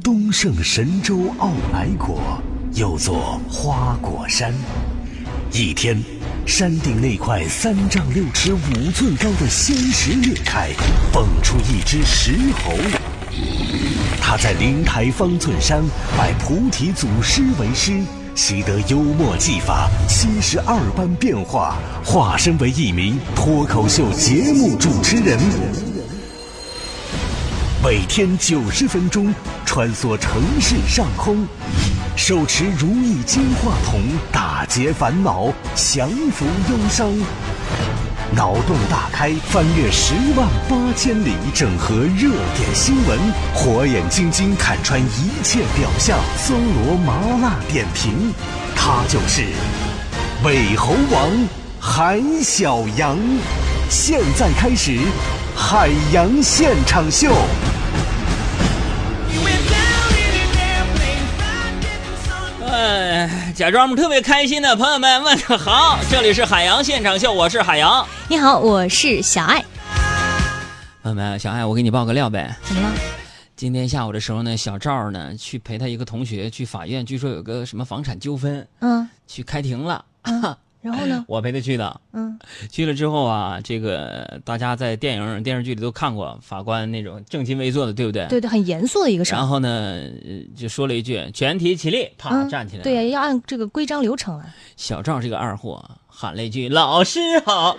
东胜神州傲来国，又作花果山。一天，山顶那块3丈6尺5寸高的仙石裂开，蹦出一只石猴。他在灵台方寸山拜菩提祖师为师，习得幽默技法72般变化，化身为一名脱口秀节目主持人。每天90分钟，穿梭城市上空，手持如意金话筒，打劫烦恼，降服忧伤。脑洞大开，翻越108000里，整合热点新闻，火眼金睛看穿一切表象，搜罗麻辣点评。他就是伪猴王韩小阳。现在开始，海洋现场秀。 假装我们特别开心的朋友们问个好，这里是海洋现场秀，我是海洋。 你好，我是小爱。 朋友们，小爱，我给你爆个料呗。 怎么了？ 今天下午的时候呢，小赵呢去陪他一个同学去法院，据说有个什么房产纠纷，去开庭了。 然后呢？ 我陪他去的。去了之后啊，这个大家在电影电视剧里都看过，法官那种正襟危坐的，对不对？ 对对，很严肃的一个事儿。 然后呢，就说了一句全体起立，啪，站起来了。 对，要按这个规章流程啊。 小赵这个二货喊了一句老师好，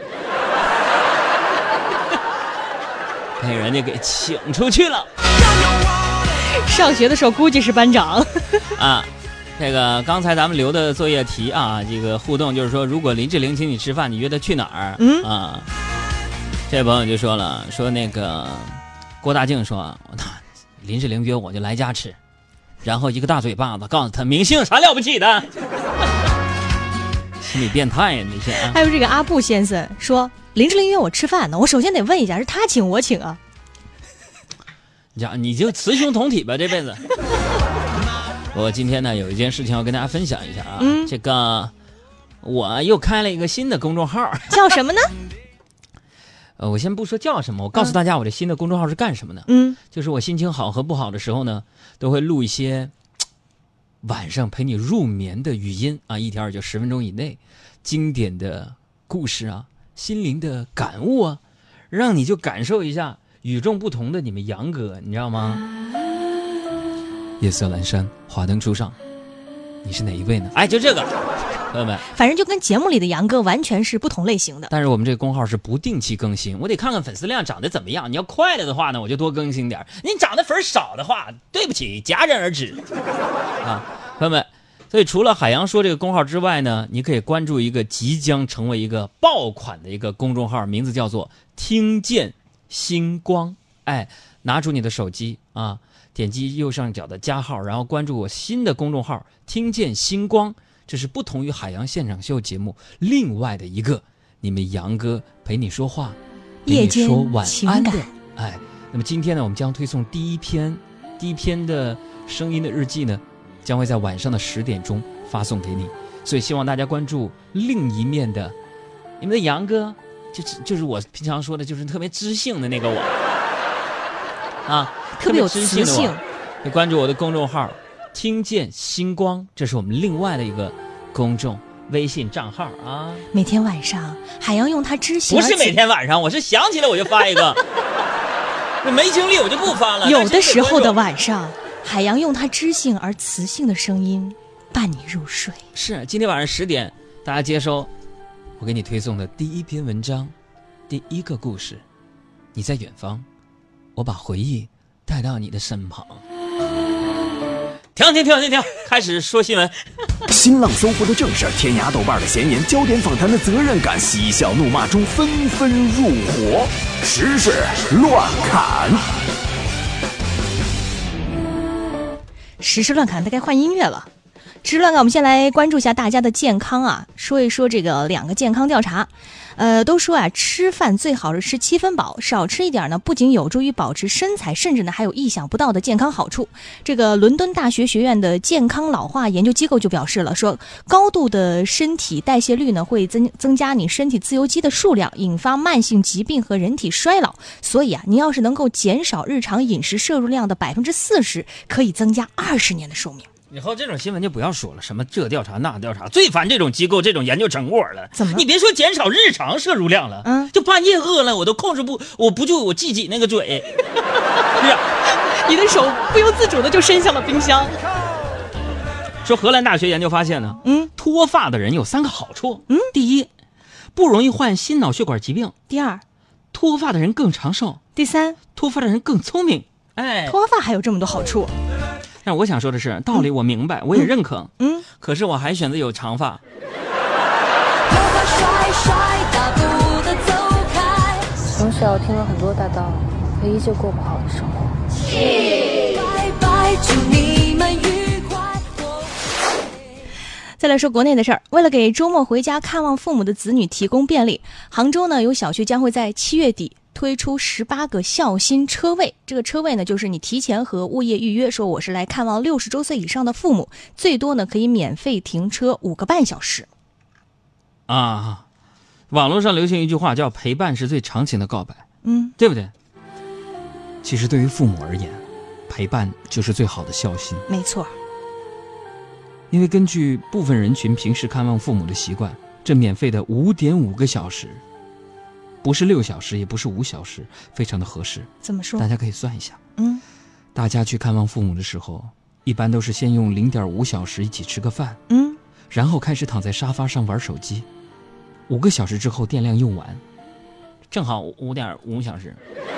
被人家给请出去了。 上学的时候估计是班长啊。这个刚才咱们留的作业题啊，这个互动就是说，如果林志玲请你吃饭，你约她去哪儿？这位朋友就说了，说那个郭大靖说，林志玲约我就来家吃，然后一个大嘴巴子告诉他，明星有啥了不起的？心理变态呀，你是啊。 还有这个阿布先生说，林志玲约我吃饭呢，我首先得问一下，是他请我请啊？ 你就雌雄同体吧，这辈子。我今天呢有一件事情要跟大家分享一下啊，这个我又开了一个新的公众号， 叫什么呢？ 我先不说叫什么，我告诉大家我这新的公众号是干什么的。就是我心情好和不好的时候呢，都会录一些晚上陪你入眠的语音啊，一条也就10分钟以内，经典的故事啊，心灵的感悟啊，让你就感受一下与众不同的你们杨哥，你知道吗？夜色阑珊，华灯初上，你是哪一位呢？哎，就这个，朋友们， 反正就跟节目里的杨哥完全是不同类型的。 但是我们这个公号是不定期更新，我得看看粉丝量涨得怎么样。你要快了的话呢，我就多更新点；你涨的粉少的话，对不起，戛然而止。啊，朋友们，所以除了海洋说这个公号之外呢，你可以关注一个即将成为一个爆款的一个公众号，名字叫做听见星光。哎，拿出你的手机啊，点击右上角的加号，然后关注我新的公众号听见星光。这是不同于海洋现场秀节目另外的一个你们杨哥陪你说话， 夜间陪你说晚安的。 哎， 那么今天呢，我们将推送第一篇的声音的日记呢，将会在晚上的10点钟发送给你。所以希望大家关注另一面的你们的杨哥，就是我平常说的，就是特别知性的那个我啊， 特别有磁性。 你关注我的公众号听见星光，这是我们另外的一个公众微信账号啊。 每天晚上海洋用他知性， 不是每天晚上，我是想起来我就发一个没精力我就不发了。 有的时候的晚上，海洋用他知性而磁性的声音伴你入睡。 是今天晚上10点大家接收我给你推送的第一篇文章，第一个故事。你在远方，我把回忆带到你的身旁。停，开始说新闻。 新浪搜狐的正事，天涯豆瓣的闲言，焦点访谈的责任感，嬉笑怒骂中纷纷入伙，时事乱砍。 时事乱砍，大概换音乐了。 吃乱感，我们先来关注一下大家的健康啊，说一说这个2个健康调查。都说啊，吃饭最好是吃7分饱，少吃一点呢，不仅有助于保持身材，甚至呢还有意想不到的健康好处。这个伦敦大学学院的健康老化研究机构就表示了，说高度的身体代谢率呢会增加你身体自由基的数量，引发慢性疾病和人体衰老。所以啊，你要是能够减少日常饮食摄入量的40%，可以增加20年的寿命。 以后这种新闻就不要说了，什么这调查那调查，最烦这种机构这种研究成果了。 怎么？ 你别说减少日常摄入量了，就半夜饿了，我都控制不，我自己那个嘴，是啊， 你的手不由自主的就伸向了冰箱。 说荷兰大学研究发现呢，脱发的人有3个好处。第一，不容易患心脑血管疾病； 第二， 脱发的人更长寿； 第三， 脱发的人更聪明。哎， 脱发还有这么多好处。 但我想说的是，道理我明白，我也认可。可是我还选择有长发。 从小听了很多大道理，可依旧过不好的生活。 再来说国内的事儿，为了给周末回家看望父母的子女提供便利，杭州呢有小学将会在7月底推出18个孝心车位。这个车位呢，就是你提前和物业预约，说我是来看望60周岁以上的父母，最多呢可以免费停车5个半小时。 啊，网络上流行一句话叫"陪伴是最长情的告白"，对不对？其实对于父母而言，陪伴就是最好的孝心。 没错。 因为根据部分人群平时看望父母的习惯，这免费的5.5个小时，不是6小时，也不是5小时，非常的合适。 怎么说？ 大家可以算一下。大家去看望父母的时候，一般都是先用0.5小时一起吃个饭，然后开始躺在沙发上玩手机，5个小时之后电量用完，正好5.5小时。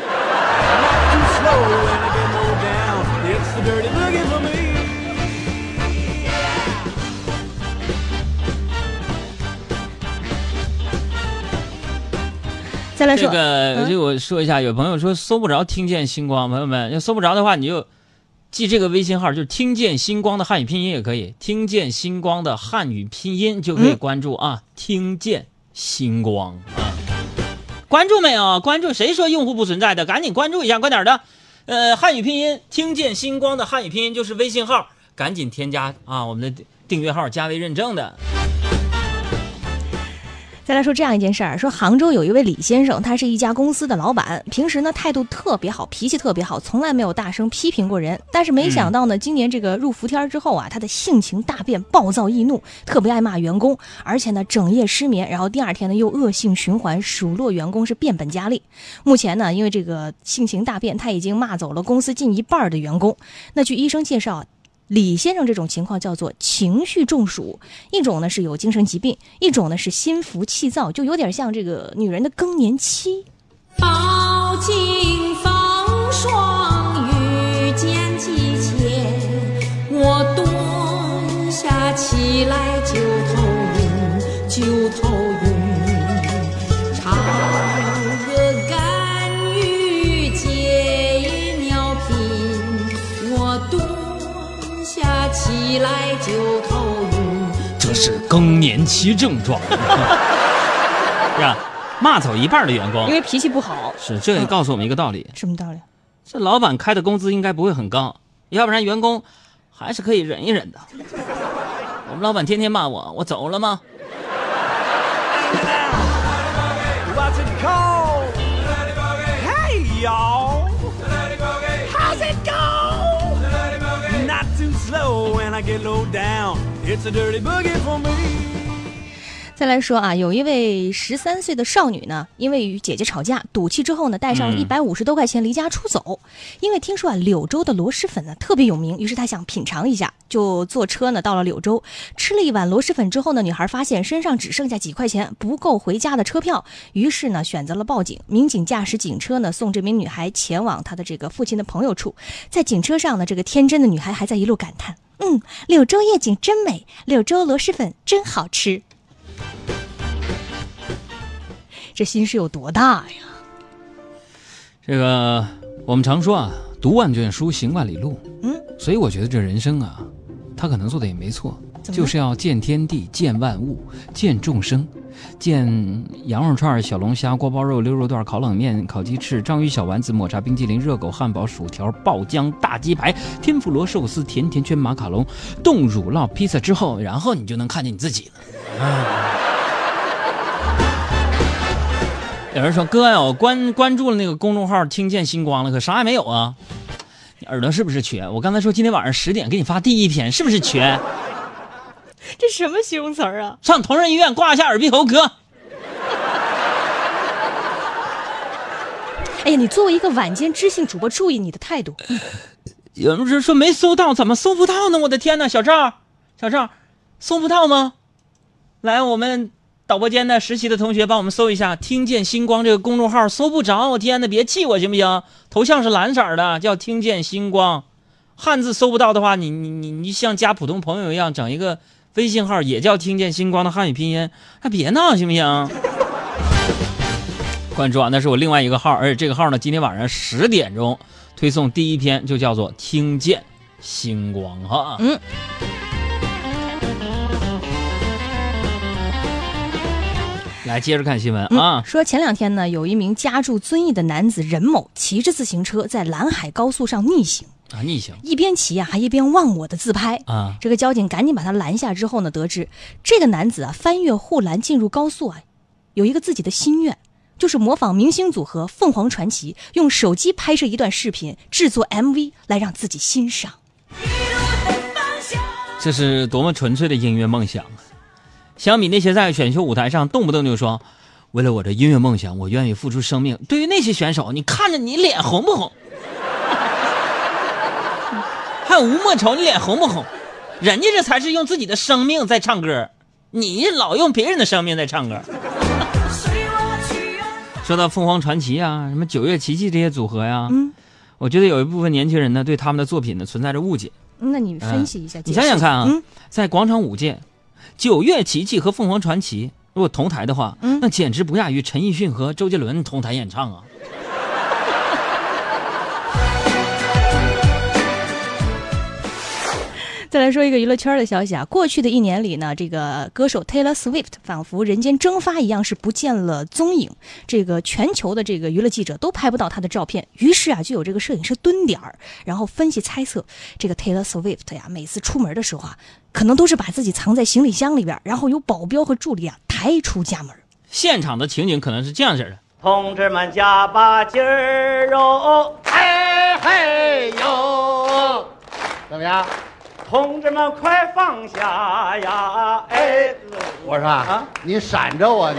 再来说这我说一下，有朋友说搜不着听见星光，朋友们要搜不着的话，你就记这个微信号，就是听见星光的汉语拼音也可以，听见星光的汉语拼音就可以关注啊，听见星光啊，关注没有？关注，谁说用户不存在的？赶紧关注一下，快点的。汉语拼音听见星光的汉语拼音就是微信号，赶紧添加啊，我们的订阅号加微认证的。 再来说这样一件事儿，说杭州有一位李先生，他是一家公司的老板，平时呢态度特别好，脾气特别好，从来没有大声批评过人。但是没想到呢，今年这个入伏天之后啊，他的性情大变，暴躁易怒，特别爱骂员工，而且呢整夜失眠，然后第2天呢又恶性循环，数落员工是变本加厉。目前呢，因为这个性情大变，他已经骂走了公司近1半的员工。那据医生介绍，李先生这种情况叫做情绪中暑，一种呢是有精神疾病，一种呢是心浮气躁，就有点像这个女人的更年期。 饱经风霜遇见季节，我蹲下起来就头晕，就头晕，唱个甘雨解尿频，我蹲下起来就头晕。 这是更年期症状，是吧？骂走1半的员工， 因为脾气不好。 是，这也告诉我们一个道理。 什么道理？ 这老板开的工资应该不会很高，要不然员工还是可以忍一忍的。我们老板天天骂我，我走了吗？ 再来说啊，有一位13岁的少女呢，因为与姐姐吵架，赌气之后呢，带上了150多块钱离家出走。因为听说啊，柳州的螺蛳粉呢特别有名，于是她想品尝一下，就坐车呢到了柳州，吃了一碗螺蛳粉之后呢，女孩发现身上只剩下几块钱，不够回家的车票，于是呢选择了报警。民警驾驶警车呢送这名女孩前往她的这个父亲的朋友处，在警车上呢，这个天真的女孩还在一路感叹：柳州夜景真美，柳州螺蛳粉真好吃。这心是有多大呀？ 这个我们常说啊，读万卷书，行万里路。所以我觉得这人生啊，它他可能做的也没错， 怎么了就是要见天地、见万物、见众生，见羊肉串、小龙虾、锅包肉、溜肉段、烤冷面、烤鸡翅、章鱼小丸子、抹茶冰激凌、热狗、汉堡、薯条、爆浆大鸡排、天妇罗寿司、甜甜圈、马卡龙、冻乳酪、披萨之后，然后你就能看见你自己了。有人说哥呀，我关注了那个公众号听见星光了，可啥也没有啊。你耳朵是不是缺？我刚才说今天晚上10点给你发第一篇，是不是缺？ 这什么形容词儿啊？ 上同仁医院挂一下耳鼻喉科。 哎呀，你作为一个晚间知性主播，注意你的态度。 有人说没搜到，怎么搜不到呢？我的天哪，小赵，搜不到吗？来，我们导播间的实习的同学帮我们搜一下听见星光这个公众号，搜不着，我天哪，别气我行不行？头像是蓝色的，叫听见星光。汉字搜不到的话，你像加普通朋友一样整一个微信号，也叫听见星光的汉语拼音，还别闹行不行？关注啊，那是我另外一个号，而且这个号呢，今天晚上10点钟推送第一篇，就叫做听见星光哈。来接着看新闻啊， 说前2天呢，有一名家住遵义的男子任某骑着自行车在兰海高速上逆行， 逆行， 一边骑还一边忘我的自拍啊。 这个交警赶紧把他拦下之后呢，得知这个男子翻越护栏进入高速有一个自己的心愿，就是模仿明星组合凤凰传奇，用手机拍摄一段视频，制作 MV 来让自己欣赏。 这是多么纯粹的音乐梦想啊！相比那些在选秀舞台上动不动就说为了我的音乐梦想我愿意付出生命，对于那些选手，你看着你脸红不红？还有吴莫愁，你脸红不红？人家这才是用自己的生命在唱歌，你老用别人的生命在唱歌。说到凤凰传奇啊，什么九月奇迹这些组合呀，我觉得有一部分年轻人呢对他们的作品呢存在着误解。 那你分析一下， 你想想看啊，在广场舞界，九月奇迹和凤凰传奇如果同台的话，那简直不亚于陈奕迅和周杰伦同台演唱啊。 再来说一个娱乐圈的消息啊，过去的1年里呢，这个歌手 Taylor Swift 仿佛人间蒸发一样，是不见了踪影。这个全球的这个娱乐记者都拍不到他的照片，于是就有这个摄影师蹲点儿，然后分析猜测，这个 Taylor Swift 每次出门的时候可能都是把自己藏在行李箱里边，然后由保镖和助理抬出家门。 现场的情景可能是这样式的： 同志们加把劲儿哦，嘿嘿哟，怎么样？同志们快放下呀！哎， 我说你闪着我你。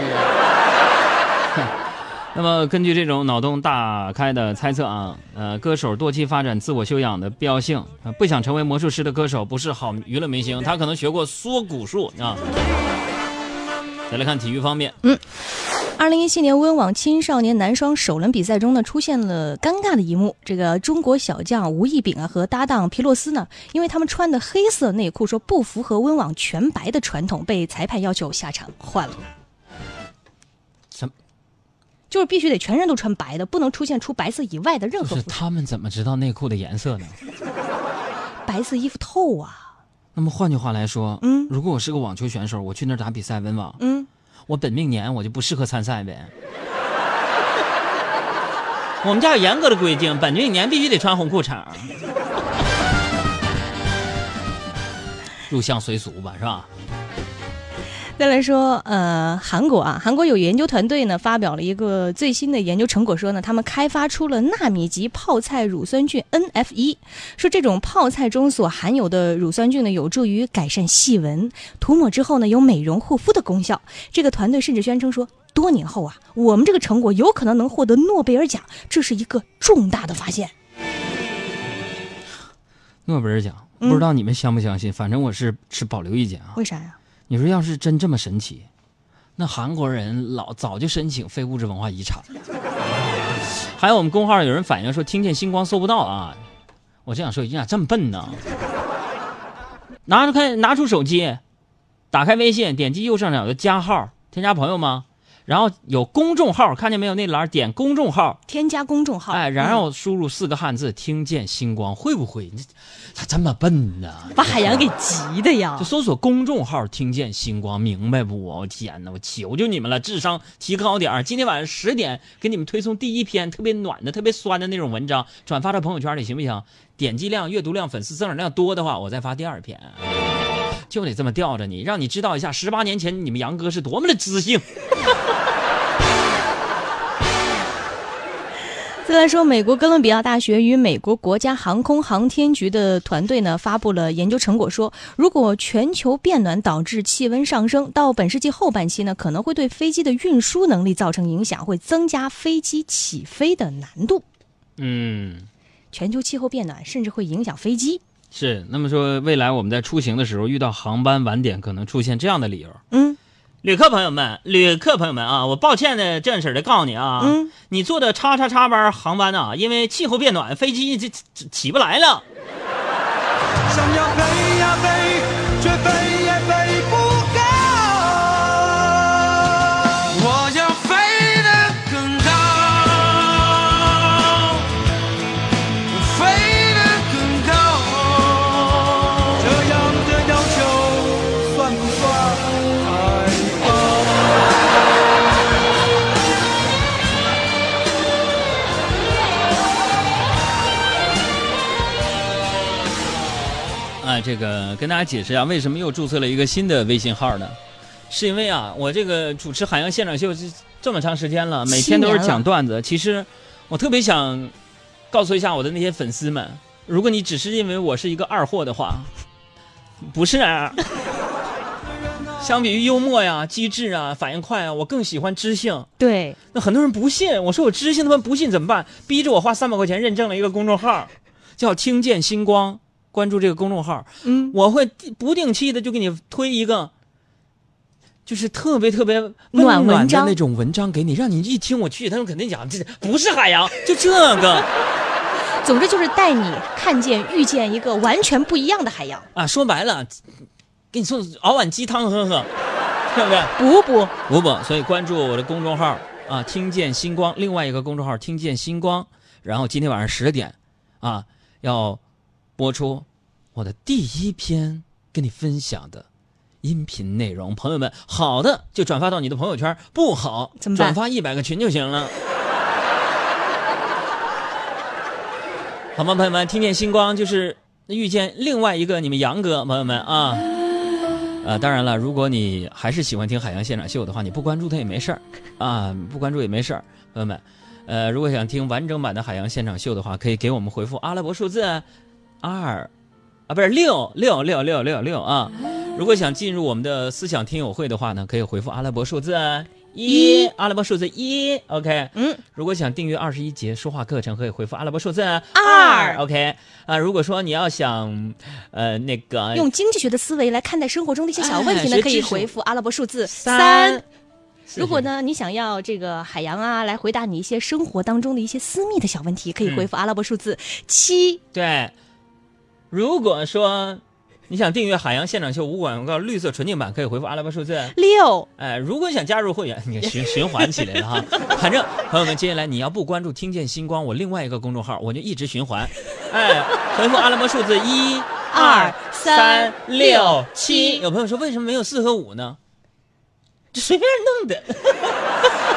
那么根据这种脑洞大开的猜测歌手多期发展自我修养的必要性，不想成为魔术师的歌手不是好娱乐明星，他可能学过缩骨术啊。再来看体育方面 ，2017年温网青少年男双首轮比赛中呢，出现了尴尬的一幕。这个中国小将吴亦丙和搭档皮洛斯呢，因为他们穿的黑色内裤说不符合温网全白的传统，被裁判要求下场换了。 什么？ 就是必须得全身都穿白的，不能出现除白色以外的任何服饰。 他们怎么知道内裤的颜色呢？ 白色衣服透啊。 那么换句话来说，如果我是个网球选手，我去那儿打比赛温网，我本命年我就不适合参赛呗。我们家有严格的规定，本命年必须得穿红裤衩，入乡随俗吧，是吧？ 再来说，韩国有研究团队呢发表了一个最新的研究成果，说呢，他们开发出了纳米级泡菜乳酸菌 NF1，说这种泡菜中所含有的乳酸菌呢，有助于改善细纹，涂抹之后呢，有美容护肤的功效。这个团队甚至宣称说，多年后我们这个成果有可能能获得诺贝尔奖，这是一个重大的发现。 诺贝尔奖，不知道你们相不相信，反正我是持保留意见啊。 为啥呀？ 你说要是真这么神奇，那韩国人早就申请非物质文化遗产了。还有我们公号有人反映说听见星光搜不到啊，我这样说你咋这么笨呢？拿出手机，打开微信，点击右上角的加号，添加朋友吗？ 然后有公众号，看见没有？那栏点公众号， 添加公众号， 哎，然后输入4个汉字“听见星光”，会不会？他这么笨呢？ 把海洋给急的呀！ 就搜索公众号“听见星光”，明白不？我天哪，我求求你们了，智商提高点儿！今天晚上10点给你们推送第一篇特别暖的、特别酸的那种文章，转发到朋友圈里行不行？点击量、阅读量、粉丝增长量多的话，我再发第2篇。就得这么吊着你，让你知道一下18年前你们杨哥是多么的知性。 再来说，美国哥伦比亚大学与美国国家航空航天局的团队呢，发布了研究成果说，如果全球变暖导致气温上升，到本世纪后半期呢，可能会对飞机的运输能力造成影响，会增加飞机起飞的难度。全球气候变暖甚至会影响飞机。 是，那么说未来我们在出行的时候遇到航班晚点，可能出现这样的理由。旅客朋友们啊，我抱歉的正式的告诉你啊，你坐的叉班航班啊，因为气候变暖，飞机这起不来了。 想要飞呀飞，却飞也飞不高。我要飞得更高，飞得更高。这样的要求算不算太高？ 这个跟大家解释一下，为什么又注册了一个新的微信号呢？是因为啊，我这个主持海洋现场秀这么长时间了，每天都是讲段子。其实我特别想告诉一下我的那些粉丝们，如果你只是因为我是一个二货的话，不是啊。相比于幽默呀、机智啊、反应快啊，我更喜欢知性。 对， 那很多人不信，我说我知性，他们不信怎么办？逼着我花300块钱认证了一个公众号，叫听见星光。关注这个公众号，我会不定期的就给你推一个，就是特别温暖的那种文章给你，让你一听我去，他们肯定讲这不是海洋，就这个。 总之就是带你看见、遇见一个完全不一样的海洋啊！说白了，给你送熬碗鸡汤喝喝，对不对？补，所以关注我的公众号啊，听见星光，另外一个公众号听见星光，然后今天晚上10点啊要播出我的第1篇跟你分享的音频内容。朋友们，好的就转发到你的朋友圈，不好怎么办？ 转发100个群就行了。好吗，朋友们？听见星光就是遇见另外一个你们杨哥，朋友们啊。当然了，如果你还是喜欢听海洋现场秀的话，你不关注他也没事儿啊，不关注也没事儿，朋友们。如果想听完整版的海洋现场秀的话，可以给我们回复阿拉伯数字2，不是66666啊。如果想进入我们的思想听友会的话呢，可以回复阿拉伯数字1，阿拉伯数字1 ，OK。如果想订阅21节说话课程，可以回复阿拉伯数字2 ，OK。如果说你要想那个用经济学的思维来看待生活中的一些小问题呢，可以回复阿拉伯数字3。如果呢，你想要这个海洋啊来回答你一些生活当中的一些私密的小问题，可以回复阿拉伯数字7。 对，如果说你想订阅海洋现场秀无广告绿色纯净版，可以回复阿拉伯数字 6。 如果想加入会员，你循环起来了哈。反正朋友们，接下来你要不关注听见星光我另外一个公众号，我就一直循环。回复阿拉伯数字1、2、3、6、7。有朋友说为什么没有4和5呢？这随便弄的。